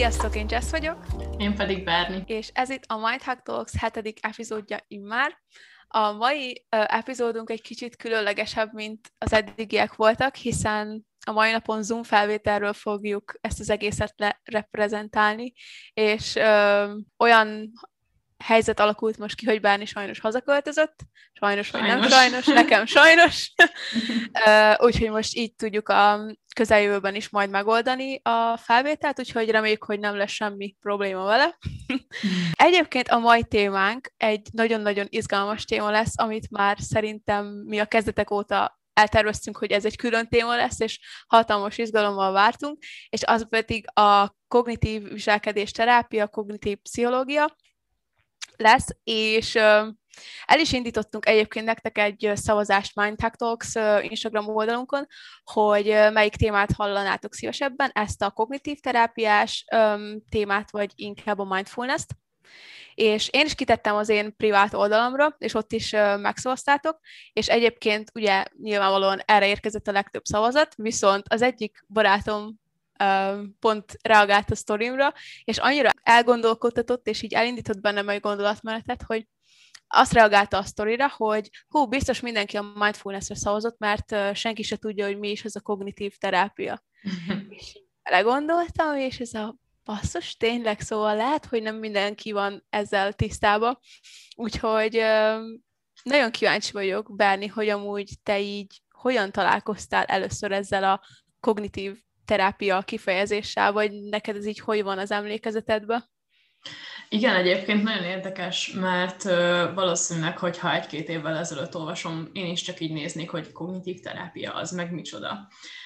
Sziasztok, én Jess vagyok. Én pedig Berni. És ez itt a Mindhack Talks 7. epizódja immár. A mai epizódunk egy kicsit különlegesebb, mint az eddigiek voltak, hiszen a mai napon Zoom felvételről fogjuk ezt az egészet reprezentálni, és olyan helyzet alakult most ki, hogy Berni sajnos hazaköltözött. Sajnos, vagy nem sajnos, nekem sajnos. Úgyhogy most így tudjuk a közeljövőben is majd megoldani a felvételt, úgyhogy reméljük, hogy nem lesz semmi probléma vele. Egyébként a mai témánk egy nagyon-nagyon izgalmas téma lesz, amit már szerintem mi a kezdetek óta elterveztünk, hogy ez egy külön téma lesz, és hatalmas izgalommal vártunk, és az pedig a kognitív viselkedés terápia, kognitív pszichológia lesz, és el is indítottunk egyébként nektek egy szavazást Mindhack Talks Instagram oldalunkon, hogy melyik témát hallanátok szívesebben, ezt a kognitív terápiás témát, vagy inkább a mindfulness-t. És én is kitettem az én privát oldalamra, és ott is megszavaztátok, és egyébként ugye nyilvánvalóan erre érkezett a legtöbb szavazat, viszont az egyik barátom pont reagált a sztorimra, és annyira elgondolkodtatott, és így elindított bennem egy gondolatmenetet, hogy azt reagálta a sztorira, hogy biztos mindenki a mindfulness-re szavazott, mert senki se tudja, hogy mi is ez a kognitív terápia. És belegondoltam, és ez a basszus, tényleg, szóval lehet, hogy nem mindenki van ezzel tisztában. Úgyhogy nagyon kíváncsi vagyok, Berni, hogy amúgy te így hogyan találkoztál először ezzel a kognitív terápia kifejezéssel, vagy neked ez így hogy van az emlékezetedben? Igen, egyébként nagyon érdekes, mert valószínűleg, hogyha 1-2 évvel ezelőtt olvasom, én is csak így néznék, hogy kognitív terápia az meg micsoda.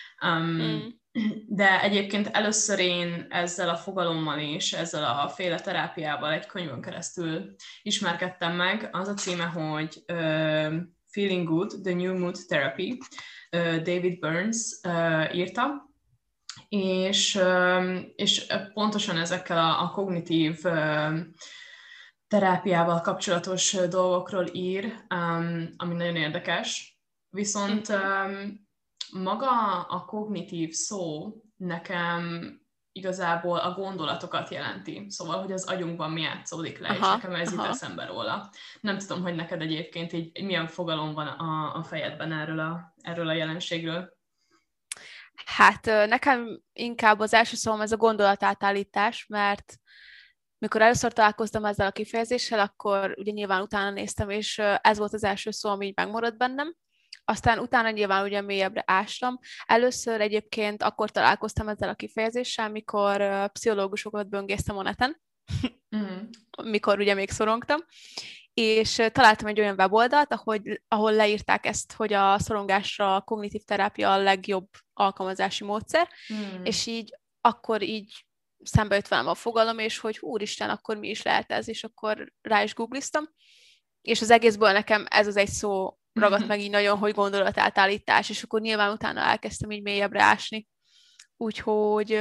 De egyébként először én ezzel a fogalommal és ezzel a féle terápiával egy könyvön keresztül ismerkedtem meg. Az a címe, hogy Feeling Good, The New Mood Therapy, David Burns írta. És pontosan ezekkel a kognitív terápiával kapcsolatos dolgokról ír, ami nagyon érdekes. Viszont maga a kognitív szó nekem igazából a gondolatokat jelenti. Szóval, hogy az agyunkban mi játszódik le, és nekem ez jut eszembe róla. Nem tudom, hogy neked egyébként így milyen fogalom van a fejedben erről a jelenségről. Hát nekem inkább az első szóm ez a gondolatátállítás, mert mikor először találkoztam ezzel a kifejezéssel, akkor ugye nyilván utána néztem, és ez volt az első szó, ami így megmaradt bennem. Aztán utána nyilván ugye mélyebbre ástam. Először egyébként akkor találkoztam ezzel a kifejezéssel, mikor pszichológusokat böngésztem a neten, mikor ugye még szorongtam, és találtam egy olyan weboldalt, ahol leírták ezt, hogy a szorongásra a kognitív terápia a legjobb alkalmazási módszer, és így akkor így szembe jött velem a fogalom, és hogy úristen, akkor mi is lehet ez, és akkor rá is googliztam, és az egészből nekem ez az egy szó ragadt meg így nagyon, hogy gondolatátállítás, és akkor nyilván utána elkezdtem így mélyebbre ásni. Úgyhogy,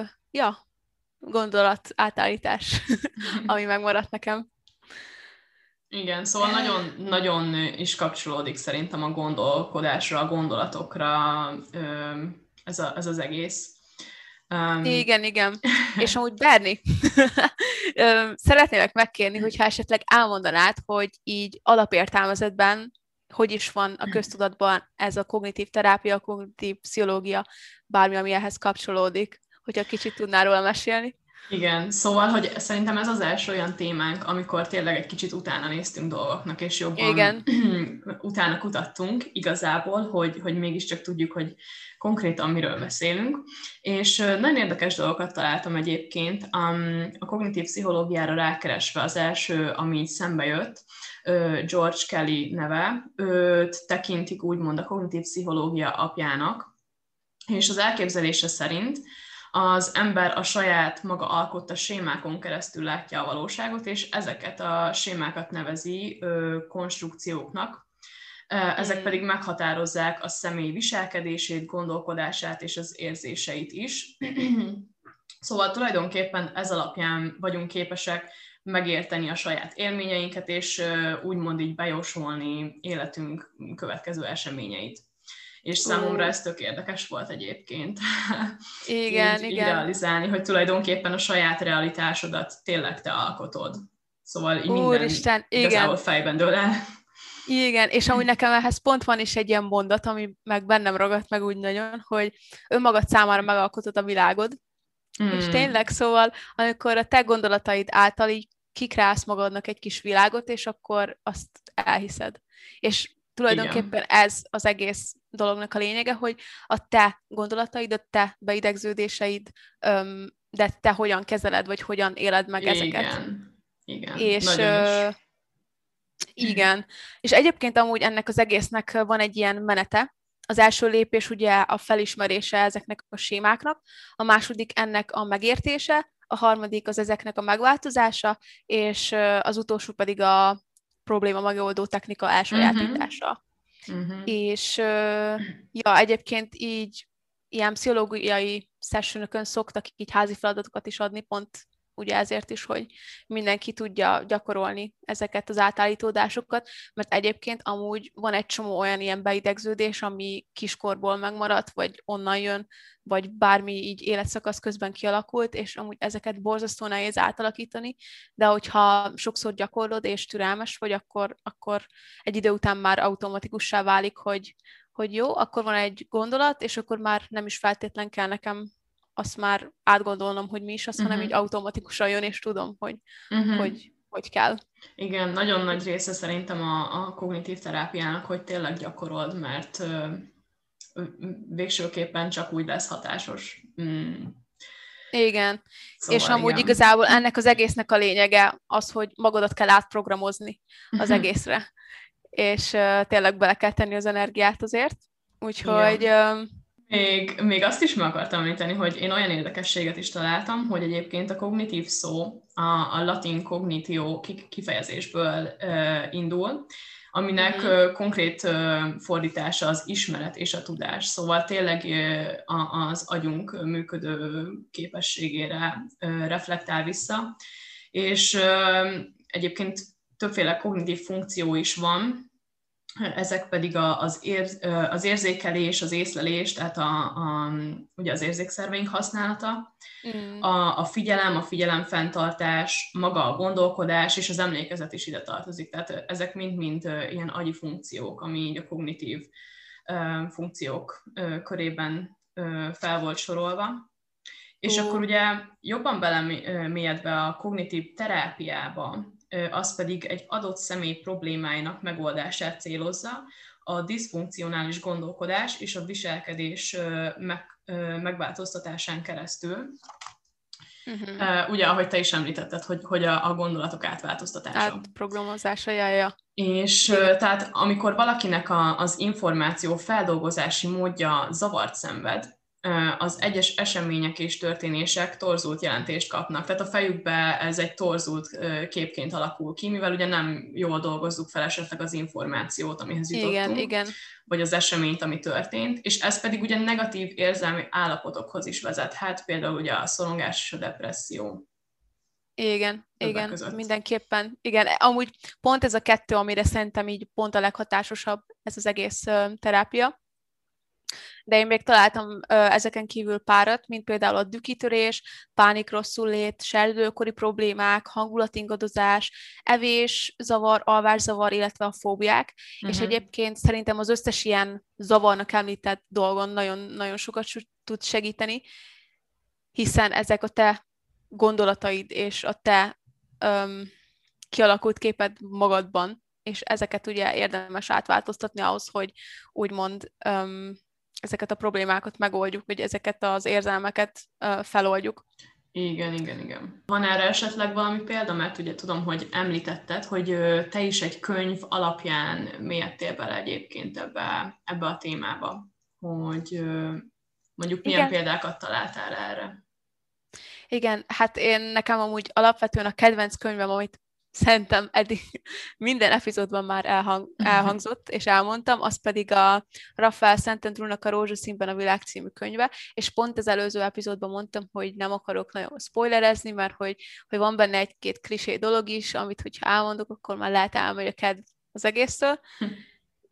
gondolatátállítás, ami megmaradt nekem. Igen, szóval nagyon is kapcsolódik szerintem a gondolkodásra, a gondolatokra ez az egész. Igen. És amúgy Berni, szeretnélek megkérni, hogyha esetleg elmondanád, hogy így alapértelmezetben hogy is van a köztudatban ez a kognitív terápia, a kognitív pszichológia, bármi, ami ehhez kapcsolódik, hogyha kicsit tudnál róla mesélni. Igen, szóval, hogy szerintem ez az első olyan témánk, amikor tényleg egy kicsit utána néztünk dolgoknak, és jobban utána kutattunk igazából, hogy mégiscsak tudjuk, hogy konkrétan miről beszélünk. És nagyon érdekes dolgokat találtam egyébként. A kognitív pszichológiára rákeresve az első, ami így szembe jött, George Kelly neve, őt tekintik úgymond a kognitív pszichológia apjának, és az elképzelése szerint az ember a saját maga alkotta sémákon keresztül látja a valóságot, és ezeket a sémákat nevezi konstrukcióknak. Ezek pedig meghatározzák a személy viselkedését, gondolkodását és az érzéseit is. Szóval tulajdonképpen ez alapján vagyunk képesek megérteni a saját élményeinket, és úgymond így bejósolni életünk következő eseményeit. És számomra ez tök érdekes volt egyébként. Igen, így realizálni, hogy tulajdonképpen a saját realitásodat tényleg te alkotod. Szóval így minden igazából fejben dől el. Igen, és amúgy nekem ehhez pont van is egy ilyen mondat, ami meg bennem ragadt meg úgy nagyon, hogy önmagad számára megalkotod a világod. És tényleg, szóval, amikor a te gondolataid által így kikreálsz magadnak egy kis világot, és akkor azt elhiszed. És tulajdonképpen ez az egész dolognak a lényege, hogy a te gondolataid, a te beidegződéseid, de te hogyan kezeled, vagy hogyan éled meg ezeket. Igen, és, nagyon is. Igen. És egyébként amúgy ennek az egésznek van egy ilyen menete. Az első lépés ugye a felismerése ezeknek a sémáknak, a második ennek a megértése, a harmadik az ezeknek a megváltozása, és az utolsó pedig a probléma megoldó technika elsajátítása. És egyébként így ilyen pszichológiai sessionökön szoktak így házi feladatokat is adni, pont ugye ezért is, hogy mindenki tudja gyakorolni ezeket az átállítódásokat, mert egyébként amúgy van egy csomó olyan ilyen beidegződés, ami kiskorból megmaradt, vagy onnan jön, vagy bármi így életszakasz közben kialakult, és amúgy ezeket borzasztó nehéz átalakítani, de hogyha sokszor gyakorlod és türelmes vagy, akkor egy idő után már automatikussá válik, hogy jó, akkor van egy gondolat, és akkor már nem is feltétlen kell nekem azt már átgondolnom, hogy mi is az, hanem így automatikusan jön, és tudom, hogy kell. Igen, nagyon nagy része szerintem a kognitív terápiának, hogy tényleg gyakorold, mert végsőképpen csak úgy lesz hatásos. Igen, szóval és amúgy igazából ennek az egésznek a lényege az, hogy magadat kell átprogramozni az egészre, és tényleg bele kell tenni az energiát azért, úgyhogy... Még azt is meg akartam említeni, hogy én olyan érdekességet is találtam, hogy egyébként a kognitív szó a latin cognitio kifejezésből indul, aminek konkrét fordítása az ismeret és a tudás. Szóval tényleg az agyunk működő képességére reflektál vissza. És egyébként többféle kognitív funkció is van, ezek pedig az érzékelés, az észlelés, tehát ugye az érzékszerveink használata, a figyelemfenntartás, maga a gondolkodás és az emlékezet is ide tartozik. Tehát ezek mind-mind ilyen agyi funkciók, ami így a kognitív funkciók körében fel volt sorolva. És akkor ugye jobban belemélyedve a kognitív terápiába, az pedig egy adott személy problémáinak megoldását célozza, a diszfunkcionális gondolkodás és a viselkedés megváltoztatásán keresztül. Ugye, ahogy te is említetted, hogy a gondolatok átváltoztatása. Átprogramozása, jaj. És tehát amikor valakinek az információ feldolgozási módja zavart szenved, az egyes események és történések torzult jelentést kapnak. Tehát a fejükbe ez egy torzult képként alakul ki, mivel ugye nem jól dolgozzuk fel esetleg az információt, amihez jutottunk, igen. vagy az eseményt, ami történt, és ez pedig ugye negatív érzelmi állapotokhoz is vezethet, például ugye a szorongás és a depresszió. Igen, mindenképpen. Igen, amúgy pont ez a kettő, amire szerintem így pont a leghatásosabb ez az egész terápia. De én még találtam ezeken kívül párat, mint például a dühkitörés, pánikrosszulét, serdülőkori problémák, hangulatingadozás, evészavar, alvászavar, illetve a fóbiák. És egyébként szerintem az összes ilyen zavarnak említett dolgon nagyon sokat tud segíteni, hiszen ezek a te gondolataid és a te kialakult képed magadban, és ezeket ugye érdemes átváltoztatni ahhoz, hogy úgymond ezeket a problémákat megoldjuk, vagy ezeket az érzelmeket feloldjuk. Igen. Van erre esetleg valami példa? Mert ugye tudom, hogy említetted, hogy te is egy könyv alapján mélyedtél bele egyébként ebbe a témába, hogy mondjuk milyen példákat találtál erre? Igen, hát nekem amúgy alapvetően a kedvenc könyvem, amit szerintem eddig minden epizódban már elhangzott, és elmondtam, az pedig a Raphael Szentendrúnak a Rózsaszínben a világ című könyve, és pont az előző epizódban mondtam, hogy nem akarok nagyon spoilerezni, mert hogy van benne egy-két klisé dolog is, amit hogyha elmondok, akkor már lehet elmegy a kedv az egésztől.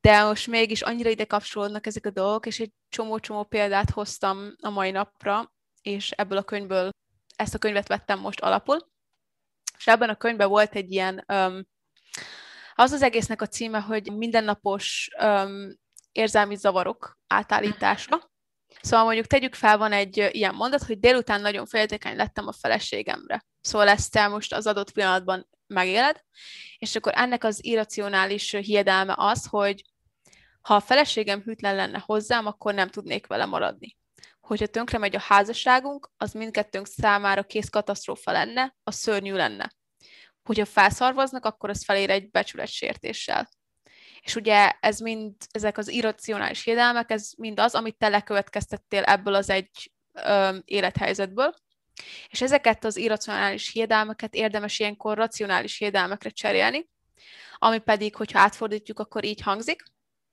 de most mégis annyira ide kapcsolódnak ezek a dolgok, és egy csomó-csomó példát hoztam a mai napra, és ebből a könyvből ezt a könyvet vettem most alapul. És ebben a könyvben volt egy ilyen, az egésznek a címe, hogy mindennapos érzelmi zavarok átállítása. Szóval mondjuk tegyük fel, van egy ilyen mondat, hogy délután nagyon féltékeny lettem a feleségemre. Szóval ezt te most az adott pillanatban megéled, és akkor ennek az irracionális hiedelme az, hogy ha a feleségem hűtlen lenne hozzám, akkor nem tudnék vele maradni. Hogyha tönkre megy a házasságunk, az mindkettőnk számára kész katasztrófa lenne, az szörnyű lenne. Hogyha felszarvaznak, akkor az felér egy becsületsértéssel. És ugye ez mind, ezek az irracionális hiedelmek, ez mind az, amit te lekövetkeztettél ebből az egy élethelyzetből. És ezeket az irracionális hiedelmeket érdemes ilyenkor racionális hiedelmekre cserélni, ami pedig, hogyha átfordítjuk, akkor így hangzik.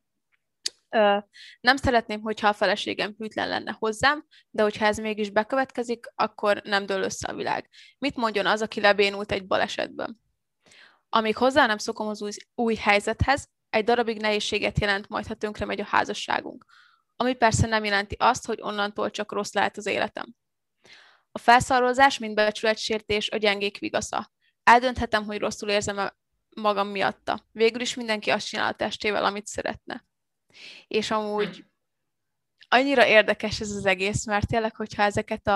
Nem szeretném, hogyha a feleségem hűtlen lenne hozzám, de hogyha ez mégis bekövetkezik, akkor nem dől össze a világ. Mit mondjon az, aki lebénult egy balesetben? Amíg hozzá nem szokom az új helyzethez, egy darabig nehézséget jelent majd, ha tönkre megy a házasságunk. Ami persze nem jelenti azt, hogy onnantól csak rossz lehet az életem. A felszarvazás, mint becsületsértés, a gyengék vigasza. Eldönthetem, hogy rosszul érzem magam miatta. Végül is mindenki azt csinál a testével, amit szeretne. És amúgy annyira érdekes ez az egész, mert tényleg, hogyha ezeket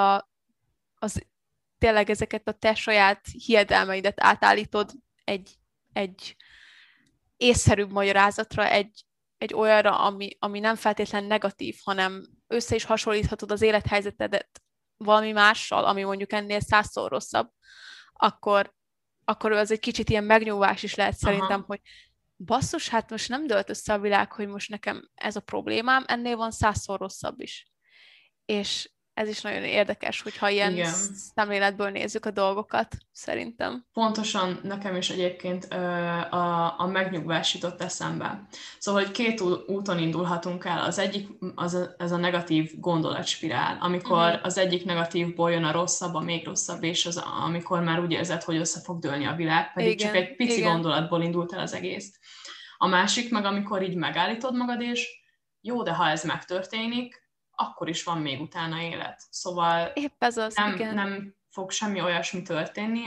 tényleg ezeket a te saját hiedelmeidet átállítod egy észszerűbb magyarázatra, egy olyanra, ami nem feltétlen negatív, hanem össze is hasonlíthatod az élethelyzetedet valami mással, ami mondjuk ennél 100-szor rosszabb, akkor az egy kicsit ilyen megnyugvás is lehet szerintem, hogy basszus, hát most nem dölt össze a világ, hogy most nekem ez a problémám, ennél van 100-szor rosszabb is. És ez is nagyon érdekes, hogyha ilyen szemléletből nézzük a dolgokat, szerintem. Pontosan nekem is egyébként a megnyugvás jutott eszembe. Szóval, hogy két úton indulhatunk el. Az egyik, ez a negatív gondolatspirál, amikor az egyik negatívból jön a rosszabb, a még rosszabb, és amikor már úgy érzed, hogy össze fog dőlni a világ, pedig csak egy pici gondolatból indult el az egész. A másik meg, amikor így megállítod magad, és jó, de ha ez megtörténik, akkor is van még utána élet. Szóval épp ez az, nem fog semmi olyasmi történni,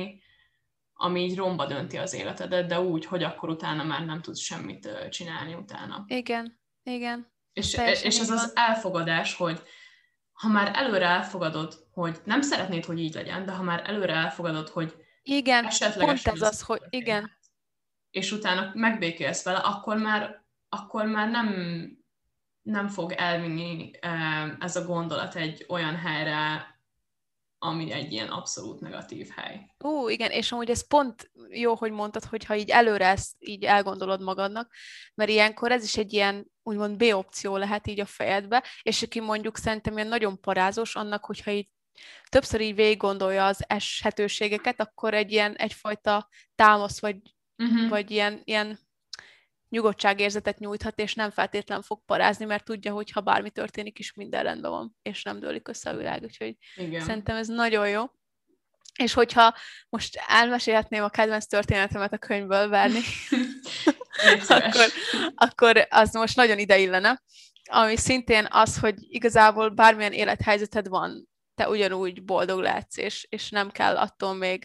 ami így romba dönti az életedet, de úgy, hogy akkor utána már nem tudsz semmit csinálni utána. Igen. És ez az elfogadás, hogy ha már előre elfogadod, hogy nem szeretnéd, hogy így legyen, de ha már előre elfogadod, hogy esetlegesen pont ez az, hogy igen. És utána megbékélsz vele, akkor már nem fog elvinni ez a gondolat egy olyan helyre, ami egy ilyen abszolút negatív hely. Igen, és amúgy ez pont jó, hogy mondtad, hogyha így előre ezt így elgondolod magadnak, mert ilyenkor ez is egy ilyen úgymond B-opció lehet így a fejedbe, és aki mondjuk szerintem ilyen nagyon parázós annak, hogyha így többször így végig gondolja az eshetőségeket, akkor egyfajta támasz, vagy ilyen nyugodtságérzetet nyújthat, és nem feltétlenül fog parázni, mert tudja, hogy ha bármi történik is, minden rendben van, és nem dőlik össze a világ, úgyhogy szerintem ez nagyon jó. És hogyha most elmesélhetném a kedvenc történetemet a könyvből, Berni, akkor az most nagyon ideillene, ami szintén az, hogy igazából bármilyen élethelyzeted van, te ugyanúgy boldog lehetsz, és nem kell attól még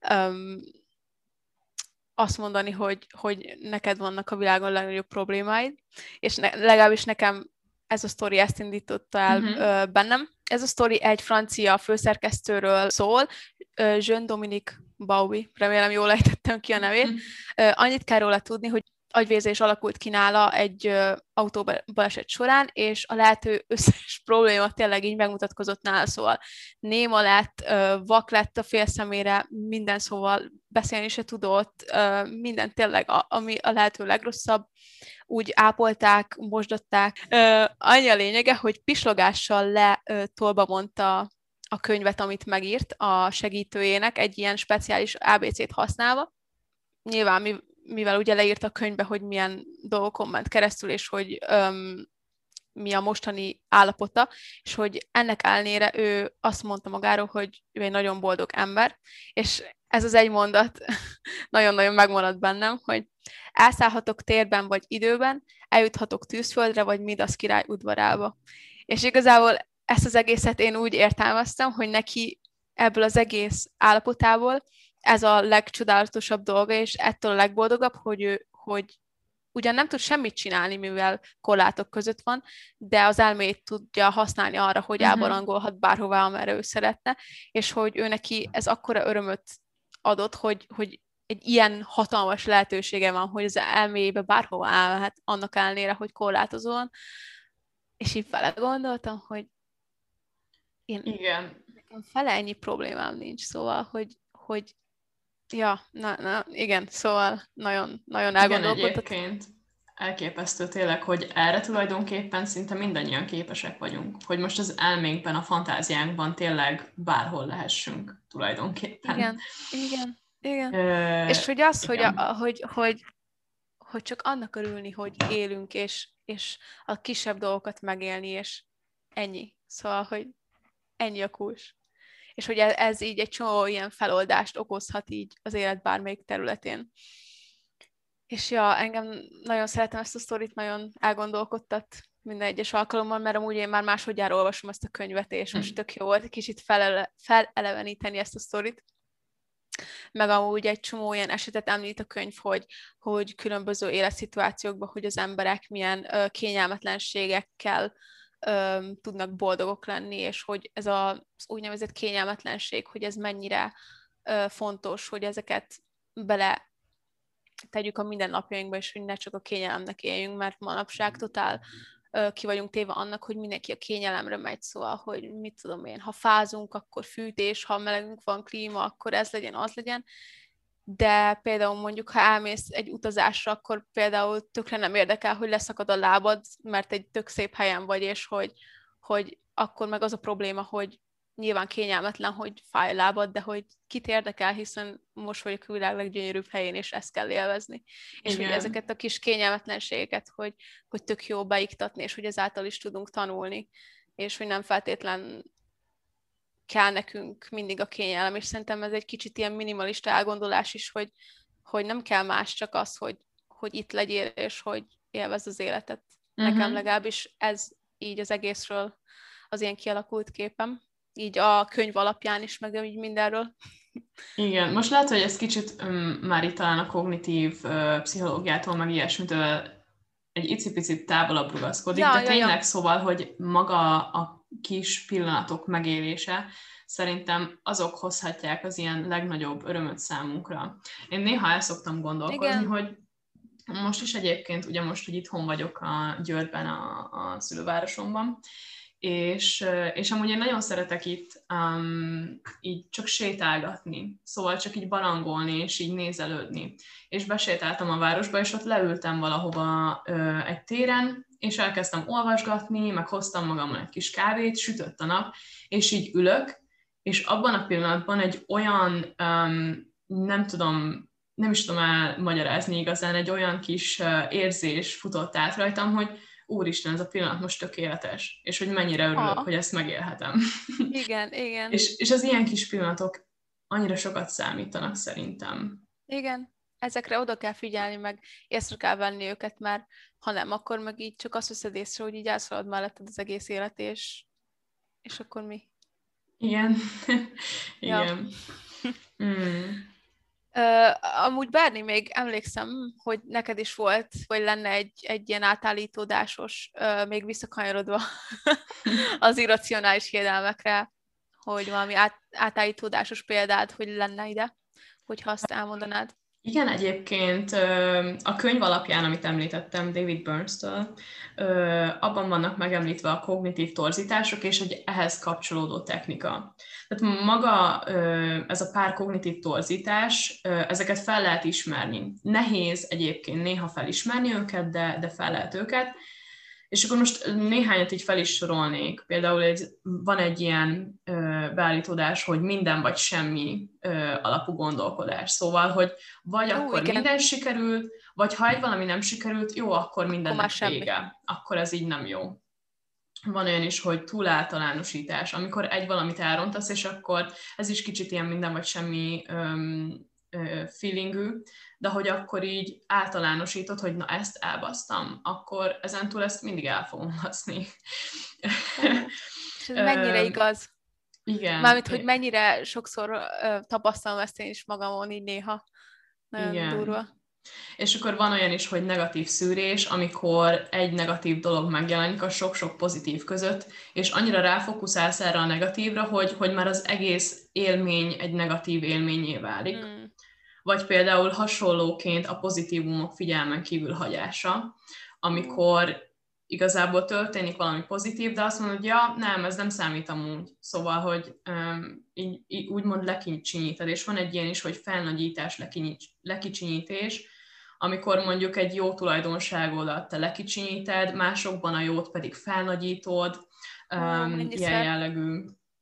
azt mondani, hogy neked vannak a világon legnagyobb problémáid, és legalábbis nekem ez a sztori ezt indította el bennem. Ez a sztori egy francia főszerkesztőről szól, Jean-Dominique Bauby, remélem jól ejtettem ki a nevét. Annyit kell róla tudni, hogy agyvérzés alakult ki nála egy autóbaleset során, és a lehető összes probléma tényleg így megmutatkozott nála, szóval néma lett, vak lett a félszemére, minden szóval beszélni se tudott, minden tényleg, ami a lehető legrosszabb, úgy ápolták, mosdották. Annyi a lényege, hogy pislogással letolba mondta a könyvet, amit megírt a segítőjének, egy ilyen speciális ABC-t használva. Nyilván mivel ugye leírta a könyvbe, hogy milyen dolgokon ment keresztül, és hogy mi a mostani állapota, és hogy ennek ellenére ő azt mondta magáról, hogy ő egy nagyon boldog ember, és ez az egy mondat nagyon-nagyon megmaradt bennem, hogy elszállhatok térben vagy időben, eljuthatok tűzföldre vagy Midasz király udvarába. És igazából ezt az egészet én úgy értelmeztem, hogy neki ebből az egész állapotából ez a legcsodálatosabb dolga, és ettől a legboldogabb, hogy ugyan nem tud semmit csinálni, mivel korlátok között van, de az elmét tudja használni arra, hogy elbarangolhat bárhová, amerre ő szeretne, és hogy ő neki ez akkora örömöt adott, hogy egy ilyen hatalmas lehetősége van, hogy az elméjébe bárhova elmehet, annak ellenére, hogy korlátozóan. És így vele gondoltam, hogy igen. Nekem fele ennyi problémám nincs, szóval, hogy ja, igen, szóval nagyon, nagyon elgondolkodott. Igen, egyébként elképesztő tényleg, hogy erre tulajdonképpen szinte mindannyian képesek vagyunk, hogy most az elménkben, a fantáziánkban tényleg bárhol lehessünk tulajdonképpen. Igen. És hogy az, igen. hogy csak annak örülni, hogy élünk, és a kisebb dolgokat megélni, és ennyi. Szóval, hogy ennyi a kulcs. És hogy ez így egy csomó ilyen feloldást okozhat így az élet bármelyik területén. És ja, engem nagyon szeretem ezt a sztorit, nagyon elgondolkodtat minden egyes alkalommal, mert amúgy én már másodjára olvasom ezt a könyvet, és most tök jó volt egy kicsit feleleveníteni ezt a sztorit. Meg amúgy egy csomó ilyen esetet említ a könyv, hogy különböző életszituációkban, hogy az emberek milyen kényelmetlenségekkel tudnak boldogok lenni, és hogy ez az úgynevezett kényelmetlenség, hogy ez mennyire fontos, hogy ezeket bele tegyük a mindennapjainkba, és hogy ne csak a kényelemnek éljünk, mert manapság totál ki vagyunk téve annak, hogy mindenki a kényelemre megy, szóval, hogy mit tudom én, ha fázunk, akkor fűtés, ha melegünk van, klíma, akkor ez legyen, az legyen, de például mondjuk, ha elmész egy utazásra, akkor például tökre nem érdekel, hogy leszakad a lábad, mert egy tök szép helyen vagy, és hogy akkor meg az a probléma, hogy nyilván kényelmetlen, hogy fáj a lábad, de hogy kit érdekel, hiszen most vagyok a világ leggyönyörűbb helyén, és ezt kell élvezni. És hogy ezeket a kis kényelmetlenségeket, hogy tök jó beiktatni, és hogy ezáltal is tudunk tanulni, és hogy nem feltétlen kell nekünk mindig a kényelem, és szerintem ez egy kicsit ilyen minimalista elgondolás is, hogy nem kell más, csak az, hogy itt legyél, és hogy élvezd az életet. Nekem legalábbis ez így az egészről az ilyen kialakult képem. Így a könyv alapján is, meg így mindenről. Igen, most lehet, hogy ez kicsit már itt talán a kognitív pszichológiától, meg ilyesmitől egy icipicit távolabb rugaszkodik, de tényleg szóval, hogy maga a kis pillanatok megélése szerintem azok hozhatják az ilyen legnagyobb örömöt számunkra. Én néha el szoktam gondolkozni, hogy most is egyébként, ugye most, hogy itthon vagyok a Győrben, a szülővárosomban, és amúgy én nagyon szeretek itt így csak sétálgatni, szóval csak így barangolni, és így nézelődni. És besétáltam a városba, és ott leültem valahova egy téren, és elkezdtem olvasgatni, meg hoztam magammal egy kis kávét, sütött a nap, és így ülök, és abban a pillanatban egy olyan, nem is tudom elmagyarázni igazán, egy olyan kis érzés futott át rajtam, hogy úristen, ez a pillanat most tökéletes, és hogy mennyire örülök, hogy ezt megélhetem. Igen. és az ilyen kis pillanatok annyira sokat számítanak szerintem. Igen, ezekre oda kell figyelni, meg észre kell venni őket, mert ha nem, akkor meg így csak azt veszed észre, hogy így elszalad melletted az egész élet, és akkor mi? Igen. Igen. Amúgy Berni, még emlékszem, hogy neked is volt, vagy lenne egy ilyen átállítódásos, még visszakanyarodva az irracionális hiedelmekre, hogy valami átállítódásos példád, hogy lenne ide, hogyha azt elmondanád. Igen, egyébként a könyv alapján, amit említettem David Burns-től, abban vannak megemlítve a kognitív torzítások és egy ehhez kapcsolódó technika. Tehát maga ez a pár kognitív torzítás, ezeket fel lehet ismerni. Nehéz egyébként néha felismerni őket, de fel lehet őket. És akkor most néhányat így fel is sorolnék. Például van egy ilyen beállítódás, hogy minden vagy semmi alapú gondolkodás. Szóval, hogy vagy akkor igen. Minden sikerült, vagy ha egy valami nem sikerült, jó, akkor mindennek vége. Akkor ez így nem jó. van olyan is, hogy túláltalánosítás, amikor egy valamit elrontasz, és akkor ez is kicsit ilyen minden vagy semmi feelingű, de hogy akkor így általánosítod, hogy na ezt elbasztam, akkor ezentúl ezt mindig el fogom baszni. És ez mennyire igaz? Igen. Mármint, hogy mennyire sokszor tapasztalom ezt én is magamon így néha. Nagyon igen. durva. És akkor van olyan is, hogy negatív szűrés, amikor egy negatív dolog megjelenik a sok-sok pozitív között, és annyira ráfókuszálsz erre a negatívra, hogy már az egész élmény egy negatív élményé válik. Vagy például hasonlóként a pozitívumok figyelmen kívül hagyása, amikor igazából történik valami pozitív, de azt mondod, hogy ja, nem, ez nem számít amúgy. Szóval, hogy így úgymond lekicsinyíted, és van egy ilyen is, hogy felnagyítás, lekicsinyítés, amikor mondjuk egy jó tulajdonságodat te lekicsinyíted, másokban a jót pedig felnagyítod, ilyen jellegű.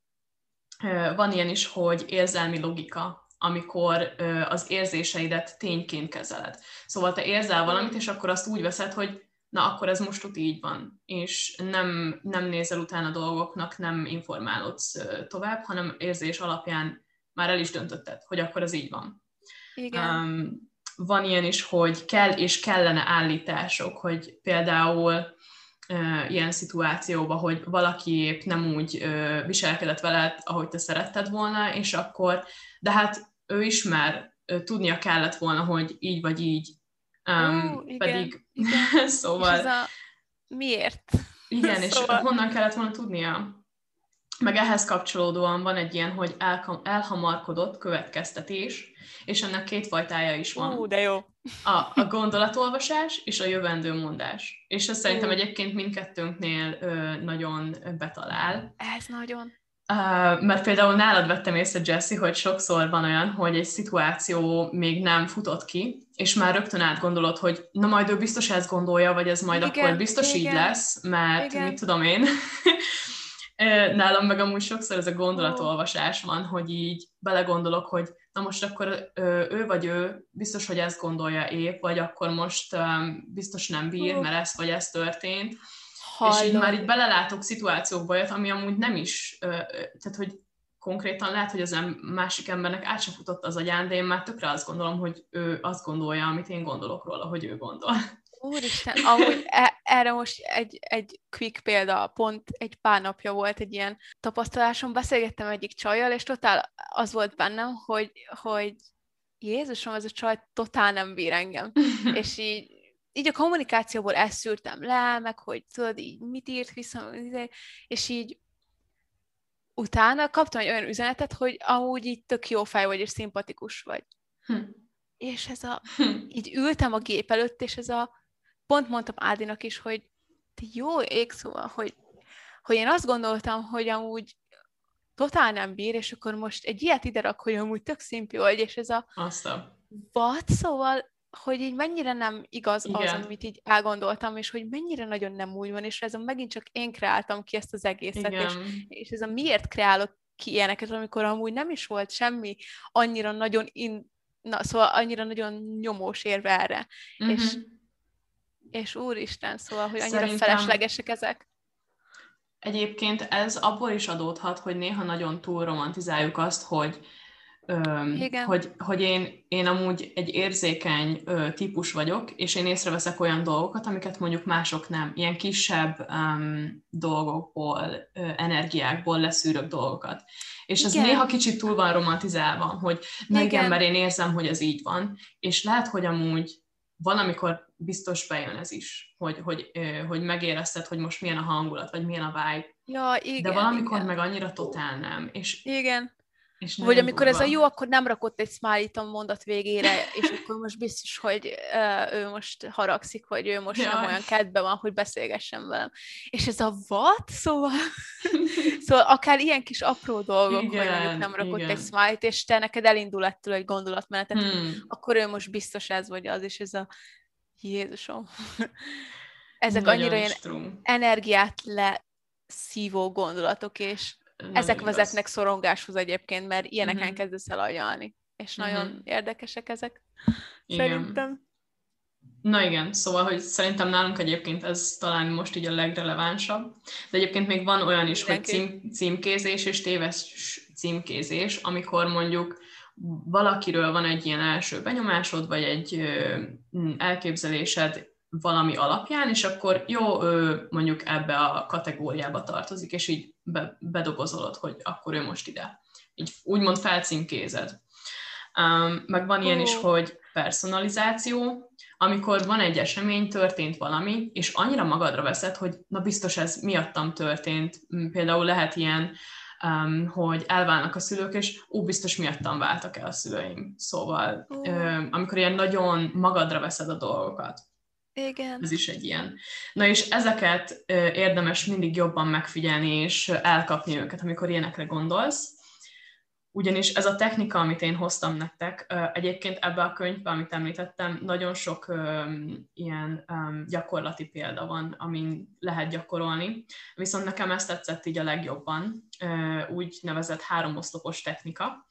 Van ilyen is, hogy érzelmi logika, amikor az érzéseidet tényként kezeled. Szóval te érzel valamit, és akkor azt úgy veszed, hogy na, akkor ez most úgy így van, és nem nézel utána dolgoknak, nem informálódsz tovább, hanem érzés alapján már el is döntötted, hogy akkor ez így van. Igen. Van ilyen is, hogy kell és kellene állítások, hogy például ilyen szituációban, hogy valaki épp nem úgy viselkedett veled, ahogy te szeretted volna, és akkor, de hát ő is már tudnia kellett volna, hogy így vagy így, igen, pedig igen. szóval... És ez a miért? Igen, szóval... és honnan kellett volna tudnia? Meg ehhez kapcsolódóan van egy ilyen, hogy elhamarkodott következtetés, és ennek két fajtája is van. De jó. A gondolatolvasás és a jövendőmondás. És ez szerintem egyébként mindkettőnknél nagyon betalál. Ez nagyon. Mert például nálad vettem észre, Jessie, hogy sokszor van olyan, hogy egy szituáció még nem futott ki, és már rögtön átgondolod, hogy na majd ő biztos ezt gondolja, vagy ez majd akkor biztos így lesz, mert mit tudom én. Nálam meg amúgy sokszor ez a gondolatolvasás van, hogy így belegondolok, hogy na most akkor ő vagy ő biztos, hogy ezt gondolja épp, vagy akkor most biztos nem bír, mert ez vagy ez történt. Hallom. És így már így belelátok szituációkba jött, ami amúgy nem is, tehát hogy konkrétan lehet, hogy az másik embernek át sem futott az agyán, de én már tökre azt gondolom, hogy ő azt gondolja, amit én gondolok róla, hogy ő gondol. Úristen, amúgy erre most egy quick példa, pont egy pár napja volt egy ilyen tapasztalásom, beszélgettem egyik csajjal, és totál az volt bennem, hogy Jézusom, ez a csaj totál nem bír engem. És így a kommunikációból ezt szűrtem le, meg hogy tudod, így mit írt vissza, és így utána kaptam egy olyan üzenetet, hogy amúgy így tök jó fej vagy, és szimpatikus vagy. És így ültem a gép előtt, és pont mondtam Ádinak is, hogy te jó ég, szóval, hogy én azt gondoltam, hogy amúgy totál nem bír, és akkor most egy ilyet ide rak, hogy amúgy tök szimpi vagy, és ez what, szóval, hogy így mennyire nem igaz az, amit így elgondoltam, és hogy mennyire nagyon nem úgy van, és ez megint csak én kreáltam ki ezt az egészet, és ez miért kreálok ki ilyeneket, amikor amúgy nem is volt semmi annyira nagyon szóval annyira nagyon nyomós érve erre. És úristen, szóval, hogy annyira feleslegesek ezek. Egyébként ez abból is adódhat, hogy néha nagyon túl romantizáljuk azt, hogy én amúgy egy érzékeny típus vagyok, és én észreveszek olyan dolgokat, amiket mondjuk mások nem. Ilyen kisebb dolgokból, energiákból leszűrök dolgokat. És ez néha kicsit túl van romantizálva, hogy igen, mert én érzem, hogy ez így van. És lehet, hogy amúgy valamikor biztos bejön ez is, hogy megérezted, hogy most milyen a hangulat, vagy milyen a vibe. Ja, igen, de valamikor meg annyira totál nem. És vagy amikor durva. Ez a jó, akkor nem rakott egy smiley-t a mondat végére, és akkor most biztos, hogy ő most haragszik, vagy ő most nem olyan kedve van, hogy beszélgessen velem. És ez a what? Szóval akár ilyen kis apró dolgok, hogy mondjuk nem rakott egy smiley-t, és te neked elindul ettől egy gondolatmenetet, akkor ő most biztos ez vagy az, és ez a Jézusom. Ezek nagyon annyira ilyen energiát leszívó gondolatok, és ezek vezetnek szorongáshoz egyébként, mert ilyeneken kezdesz el agyalni. És nagyon érdekesek ezek. Igen. Szerintem. Na igen, szóval, hogy szerintem nálunk egyébként ez talán most így a legrelevánsabb, de egyébként még van olyan is, hogy címkézés és téves címkézés, amikor mondjuk valakiről van egy ilyen első benyomásod, vagy egy elképzelésed valami alapján, és akkor jó, mondjuk ebbe a kategóriába tartozik, és így bedobozolod, hogy akkor ő most ide. Így úgymond felcímkézed. Meg van ilyen is, hogy personalizáció, amikor van egy esemény, történt valami, és annyira magadra veszed, hogy na biztos ez miattam történt. Például lehet ilyen, hogy elválnak a szülők, és biztos miattam váltak el a szüleim. Szóval, amikor ilyen nagyon magadra veszed a dolgokat. Igen. Ez is egy ilyen. Na és ezeket érdemes mindig jobban megfigyelni, és elkapni őket, amikor ilyenekre gondolsz. Ugyanis ez a technika, amit én hoztam nektek, egyébként ebbe a könyvbe, amit említettem, nagyon sok ilyen gyakorlati példa van, amin lehet gyakorolni. Viszont nekem ezt tetszett így a legjobban, úgy nevezett 3 oszlopos technika,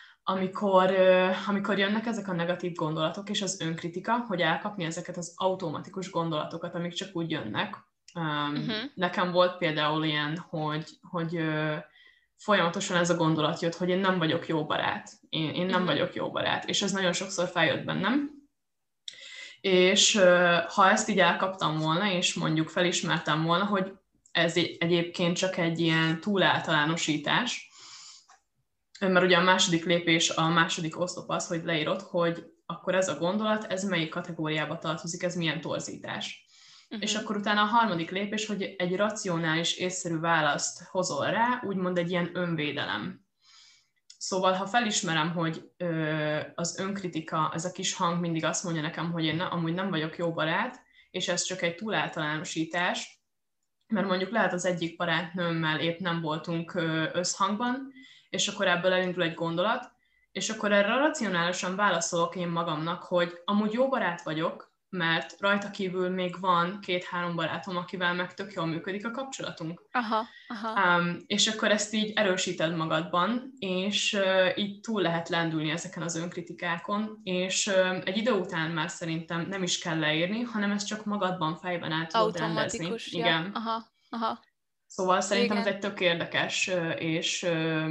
amikor jönnek ezek a negatív gondolatok és az önkritika, hogy elkapni ezeket az automatikus gondolatokat, amik csak úgy jönnek. Nekem volt például ilyen, hogy folyamatosan ez a gondolat jött, hogy én nem vagyok jó barát. Én nem vagyok jó barát. És ez nagyon sokszor feljött bennem. És ha ezt így elkaptam volna, és mondjuk felismertem volna, hogy ez egyébként csak egy ilyen túláltalánosítás, mert ugye a második lépés, a második oszlop az, hogy leírod, hogy akkor ez a gondolat, ez melyik kategóriába tartozik, ez milyen torzítás. És akkor utána a harmadik lépés, hogy egy racionális, észszerű választ hozol rá, úgymond egy ilyen önvédelem. Szóval, ha felismerem, hogy az önkritika, ez a kis hang mindig azt mondja nekem, hogy én amúgy nem vagyok jó barát, és ez csak egy túláltalánosítás, mert mondjuk lehet az egyik barátnőmmel épp nem voltunk összhangban, és akkor ebből elindul egy gondolat, és akkor erre racionálisan válaszolok én magamnak, hogy amúgy jó barát vagyok, mert rajta kívül még van 2-3 barátom, akivel meg tök jól működik a kapcsolatunk. És akkor ezt így erősíted magadban, és így túl lehet lendülni ezeken az önkritikákon, és egy idő után már szerintem nem is kell leírni, hanem ezt csak magadban fejben át tudod rendezni. Ja. Igen. Szóval szerintem ez egy tök érdekes és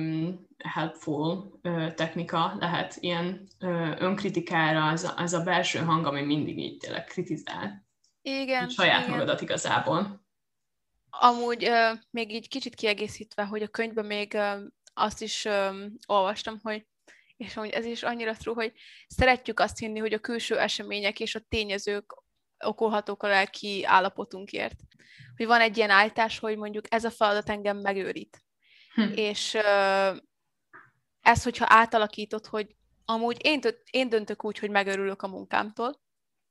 helpful technika lehet ilyen önkritikára, ez a belső hang, ami mindig így tényleg kritizál. Igen. Saját magadat igazából. Amúgy még így kicsit kiegészítve, hogy a könyvben még azt is olvastam, hogy és amúgy ez is annyira true, hogy szeretjük azt hinni, hogy a külső események és a tényezők okolhatók a lelki állapotunkért. Hogy van egy ilyen állítás, hogy mondjuk ez a feladat engem megőrít. És ez, hogyha átalakítod, hogy amúgy én döntök úgy, hogy megörülök a munkámtól,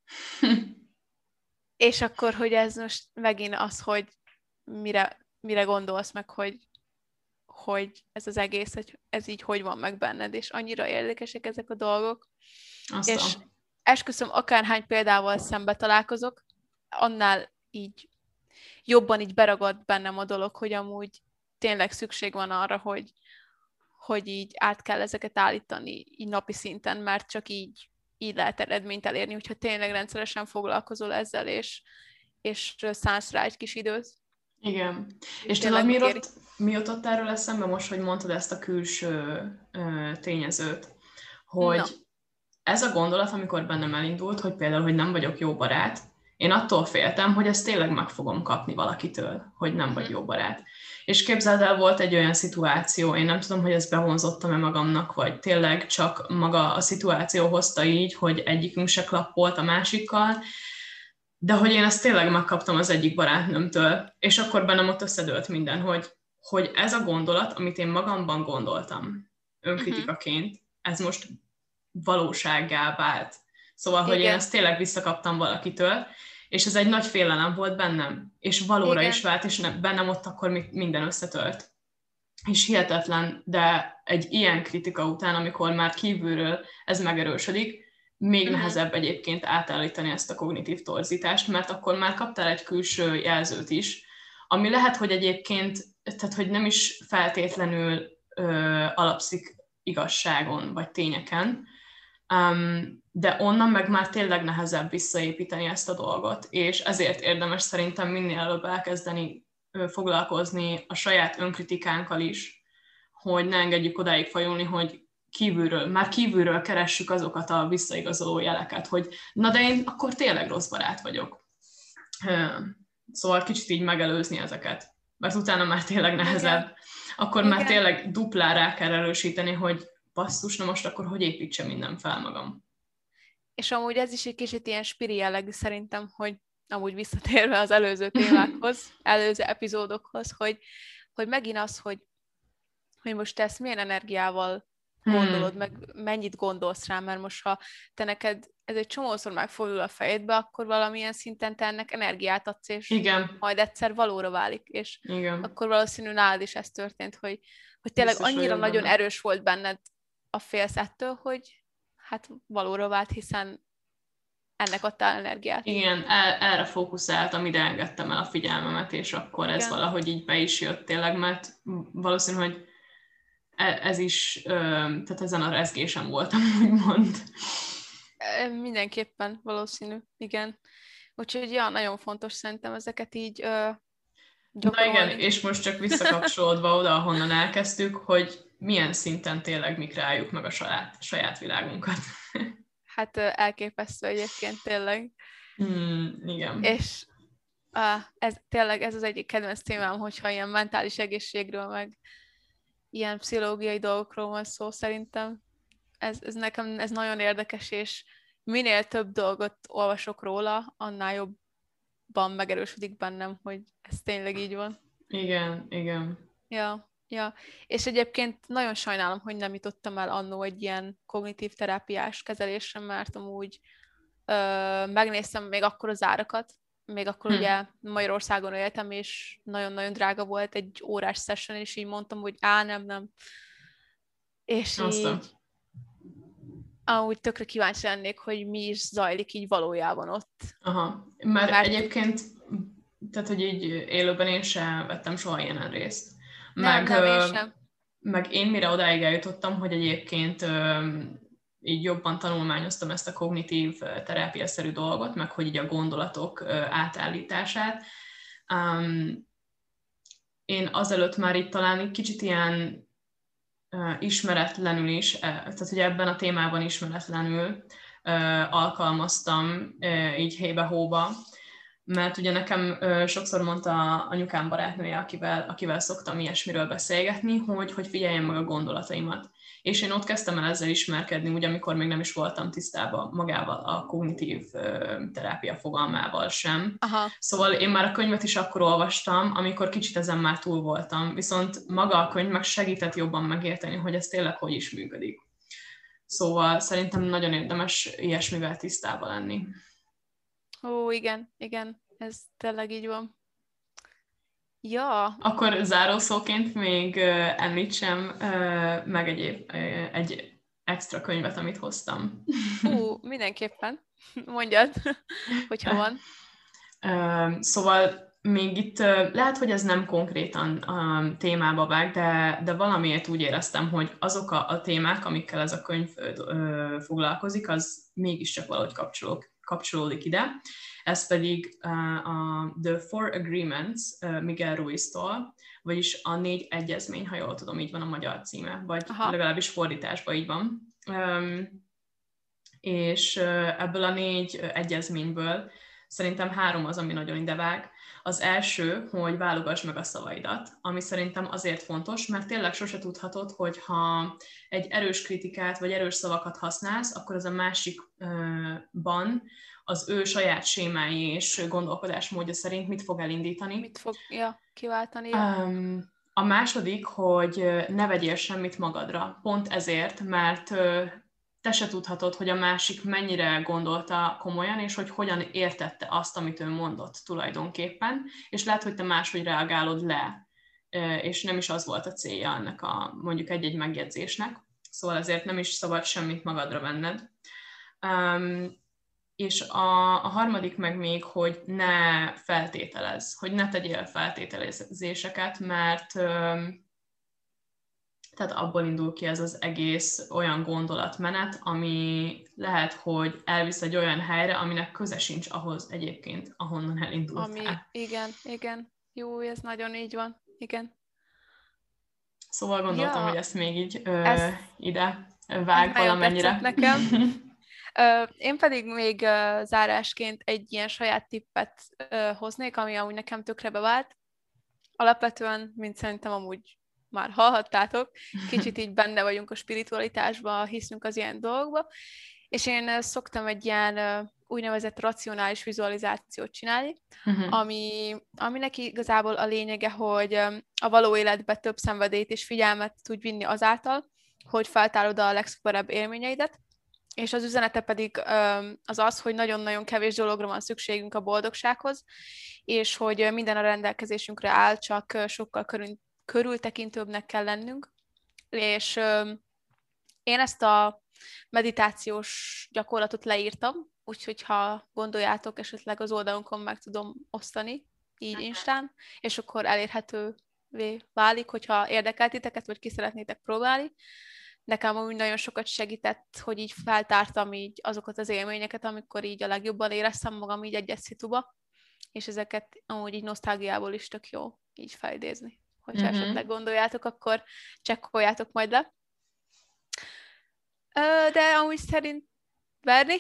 és akkor, hogy ez most megint az, hogy mire gondolsz meg, hogy ez az egész, hogy ez így hogy van meg benned, és annyira érdekesek ezek a dolgok. Aztán. És esküszöm, akárhány példával szembe találkozok, annál így jobban így beragad bennem a dolog, hogy amúgy tényleg szükség van arra, hogy így át kell ezeket állítani így napi szinten, mert csak így lehet eredményt elérni, hogyha tényleg rendszeresen foglalkozol ezzel, és szánsz rá egy kis időt. Igen. És tudod, mi jutott erről eszembe most, hogy mondtad ezt a külső tényezőt, hogy ez a gondolat, amikor bennem elindult, hogy például, hogy nem vagyok jó barát, én attól féltem, hogy ezt tényleg meg fogom kapni valakitől, hogy nem vagy jó barát. És képzeld el, volt egy olyan szituáció, én nem tudom, hogy ezt bevonzottam-e magamnak, vagy tényleg csak maga a szituáció hozta így, hogy egyikünk se klappolt a másikkal, de hogy én ezt tényleg megkaptam az egyik barátnőmtől, és akkor bennem ott összedőlt minden, hogy ez a gondolat, amit én magamban gondoltam önkritikaként, ez most valósággá vált. Szóval, hogy én ezt tényleg visszakaptam valakitől, és ez egy nagy félelem volt bennem, és valóra is vált, és bennem ott akkor minden összetölt. És hihetetlen, de egy ilyen kritika után, amikor már kívülről ez megerősödik, még nehezebb egyébként átállítani ezt a kognitív torzítást, mert akkor már kaptál egy külső jelzőt is, ami lehet, hogy egyébként, tehát hogy nem is feltétlenül alapszik igazságon vagy tényeken, De onnan meg már tényleg nehezebb visszaépíteni ezt a dolgot, és ezért érdemes szerintem minél előbb elkezdeni foglalkozni a saját önkritikánkkal is, hogy ne engedjük odáig fajulni, hogy már kívülről keressük azokat a visszaigazoló jeleket, hogy na de én akkor tényleg rossz barát vagyok. Szóval kicsit így megelőzni ezeket, mert utána már tényleg nehezebb. Igen. Akkor igen. Már tényleg duplára rá kell erősíteni, hogy basszus, na most akkor hogy építsem minden fel magam. És amúgy ez is egy kicsit ilyen spiri jellegű szerintem, hogy amúgy visszatérve az előző témákhoz, előző epizódokhoz, hogy megint az, hogy most te ezt milyen energiával gondolod, meg mennyit gondolsz rá, mert most ha te neked ez egy csomószor megfordul a fejedbe, akkor valamilyen szinten te ennek energiát adsz, és igen. majd egyszer valóra válik, és igen. akkor valószínű nálad is ez történt, hogy tényleg biztos annyira nagyon benne. Erős volt benned a félsz ettől, hogy hát valóra vált, hiszen ennek adtál energiát. Igen, erre fókuszáltam, ide engedtem el a figyelmemet, és akkor igen. Ez valahogy így be is jött tényleg, mert valószínű, hogy ez is, tehát ezen a rezgésen voltam, úgymond. Mindenképpen valószínű, igen. Úgyhogy ja, nagyon fontos szerintem ezeket így gyakorolni. Na igen, és most csak visszakapcsolódva oda, ahonnan elkezdtük, hogy milyen szinten tényleg mikráljuk meg a saját világunkat. Hát elképesztő egyébként tényleg. Igen. És ez az egyik kedvenc témám, hogyha ilyen mentális egészségről, meg ilyen pszichológiai dolgokról van szó szerintem. Ez nekem ez nagyon érdekes, és minél több dolgot olvasok róla, annál jobban megerősödik bennem, hogy ez tényleg így van. Igen. Ja. És egyébként nagyon sajnálom, hogy nem jutottam el annó egy ilyen kognitív terápiás kezelésre, mert amúgy megnéztem még akkor az árakat, még akkor ugye Magyarországon éltem, és nagyon-nagyon drága volt egy órás session, és így mondtam, hogy nem. És így amúgy tökre kíváncsi lennék, hogy mi is zajlik így valójában ott. Aha, mert egyébként, tehát hogy így élőben én sem vettem soha ilyen részt. Nem, én sem. Meg én mire odáig eljutottam, hogy egyébként így jobban tanulmányoztam ezt a kognitív terápiaszerű dolgot, meg hogy így a gondolatok átállítását. Én azelőtt már itt talán egy kicsit ilyen ismeretlenül is, tehát hogy ebben a témában ismeretlenül alkalmaztam így hébe-hóba, mert ugye nekem sokszor mondta anyukám barátnője, akivel szoktam ilyesmiről beszélgetni, hogy figyeljem meg a gondolataimat. És én ott kezdtem el ezzel ismerkedni, úgy, amikor még nem is voltam tisztában magával a kognitív terápia fogalmával sem. Aha. Szóval én már a könyvet is akkor olvastam, amikor kicsit ezen már túl voltam, viszont maga a könyv meg segített jobban megérteni, hogy ez tényleg hogy is működik. Szóval szerintem nagyon érdemes ilyesmivel tisztában lenni. Ó, igen, ez tényleg így van. Ja. Akkor zárószóként még említsem meg egy extra könyvet, amit hoztam. Mindenképpen. Mondjad, hogyha van. Szóval még itt lehet, hogy ez nem konkrétan témába vág, de valamiért úgy éreztem, hogy azok a témák, amikkel ez a könyv foglalkozik, az mégiscsak valahogy kapcsolódik ide. Ez pedig a The Four Agreements Miguel Ruiz-tól, vagyis a 4 egyezmény, ha jól tudom, így van a magyar címe, vagy legalábbis fordításban így van. És ebből a 4 egyezményből szerintem 3 az, ami nagyon idevág. Az első, hogy válogass meg a szavaidat, ami szerintem azért fontos, mert tényleg sose tudhatod, hogy ha egy erős kritikát vagy erős szavakat használsz, akkor az a másikban az ő saját sémái és gondolkodásmódja szerint mit fog elindítani. Mit fog kiváltani. A második, hogy ne vegyél semmit magadra. Pont ezért, mert te se tudhatod, hogy a másik mennyire gondolta komolyan, és hogy hogyan értette azt, amit ő mondott tulajdonképpen, és lehet, hogy te máshogy reagálod le, és nem is az volt a célja ennek a mondjuk egy-egy megjegyzésnek. Szóval ezért nem is szabad semmit magadra venned. És a harmadik meg még, hogy ne feltételezz, hogy ne tegyél feltételezéseket, mert Tehát abból indul ki ez az egész olyan gondolatmenet, ami lehet, hogy elvisz egy olyan helyre, aminek köze sincs ahhoz egyébként, ahonnan elindultál. Igen. Jó, ez nagyon így van. Igen. Szóval gondoltam, hogy ezt még így ide vág valamennyire. Nekem. Én pedig még zárásként egy ilyen saját tippet hoznék, ami amúgy nekem tökre bevált. Alapvetően, mint szerintem amúgy már hallhattátok, kicsit így benne vagyunk a spiritualitásban, hiszünk az ilyen dolgokba, és én szoktam egy ilyen úgynevezett racionális vizualizációt csinálni, aminek igazából a lényege, hogy a való életbe több szenvedélyt és figyelmet tud vinni azáltal, hogy feltárod a legszuperebb élményeidet, és az üzenete pedig az, hogy nagyon-nagyon kevés dologra van szükségünk a boldogsághoz, és hogy minden a rendelkezésünkre áll, csak sokkal körültekintőbbnek kell lennünk. És én ezt a meditációs gyakorlatot leírtam, úgyhogy ha gondoljátok, esetleg az oldalunkon meg tudom osztani, így Instán, és akkor elérhetővé válik, hogyha érdekel titeket, vagy ki szeretnétek próbálni. Nekem úgy nagyon sokat segített, hogy így feltártam így azokat az élményeket, amikor így a legjobban éreztem magam így egy szituba, és ezeket amúgy így nosztalgiából is tök jó így felidézni. Hogyha esetleg gondoljátok, akkor csekkoljátok majd le. De amúgy szerint Berni?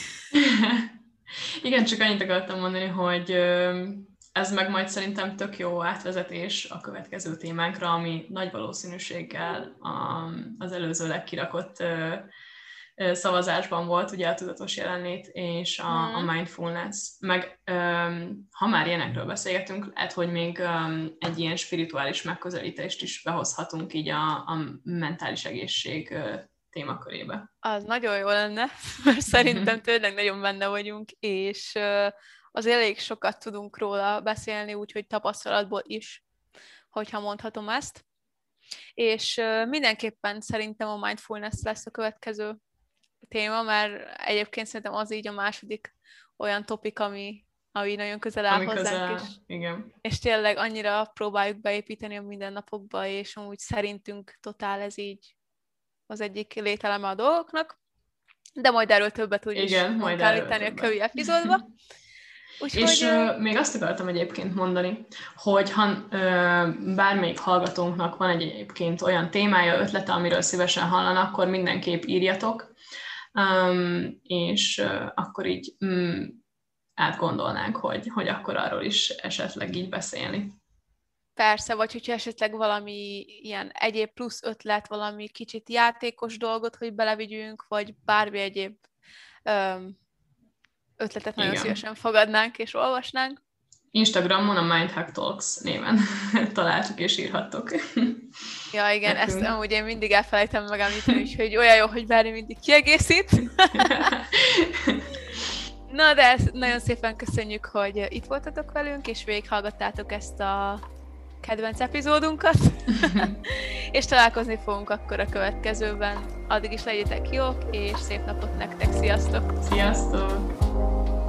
Igen, csak annyit akartam mondani, hogy ez meg majd szerintem tök jó átvezetés a következő témánkra, ami nagy valószínűséggel az előzőleg kirakott szavazásban volt, ugye a tudatos jelenlét és a mindfulness. Meg ha már ilyenekről beszélgetünk, lehet, hogy még egy ilyen spirituális megközelítést is behozhatunk így a mentális egészség témakörébe. Az nagyon jó lenne, mert szerintem tényleg nagyon benne vagyunk, és azért elég sokat tudunk róla beszélni, úgyhogy tapasztalatból is, hogyha mondhatom ezt. És mindenképpen szerintem a mindfulness lesz a következő téma, mert egyébként szerintem az így a második olyan topik, ami nagyon közel áll hozzánk is. Igen. És tényleg annyira próbáljuk beépíteni a mindennapokba, és amúgy szerintünk totál ez így az egyik lételeme a dolgoknak, de majd erről többet úgyis kell állítani a kövi epizódba. Úgyhogy, és még azt akartam egyébként mondani, hogy ha bármelyik hallgatónknak van egyébként olyan témája, ötlete, amiről szívesen hallanak, akkor mindenképp írjatok, és akkor így átgondolnánk, hogy akkor arról is esetleg így beszélni. Persze, vagy hogyha esetleg valami ilyen egyéb plusz ötlet, valami kicsit játékos dolgot, hogy belevigyünk, vagy bármi egyéb ötletet nagyon szívesen fogadnánk és olvasnánk. Instagramon a Mindhack Talks néven találtuk és írhattok. Ja, igen, ezt amúgy én mindig elfelejtem megemlíteni, úgyhogy olyan jó, hogy Bári mindig kiegészít. Na, de ezt nagyon szépen köszönjük, hogy itt voltatok velünk, és végighallgattátok ezt a kedvenc epizódunkat, és találkozni fogunk akkor a következőben. Addig is legyetek jók, és szép napot nektek, sziasztok! Sziasztok!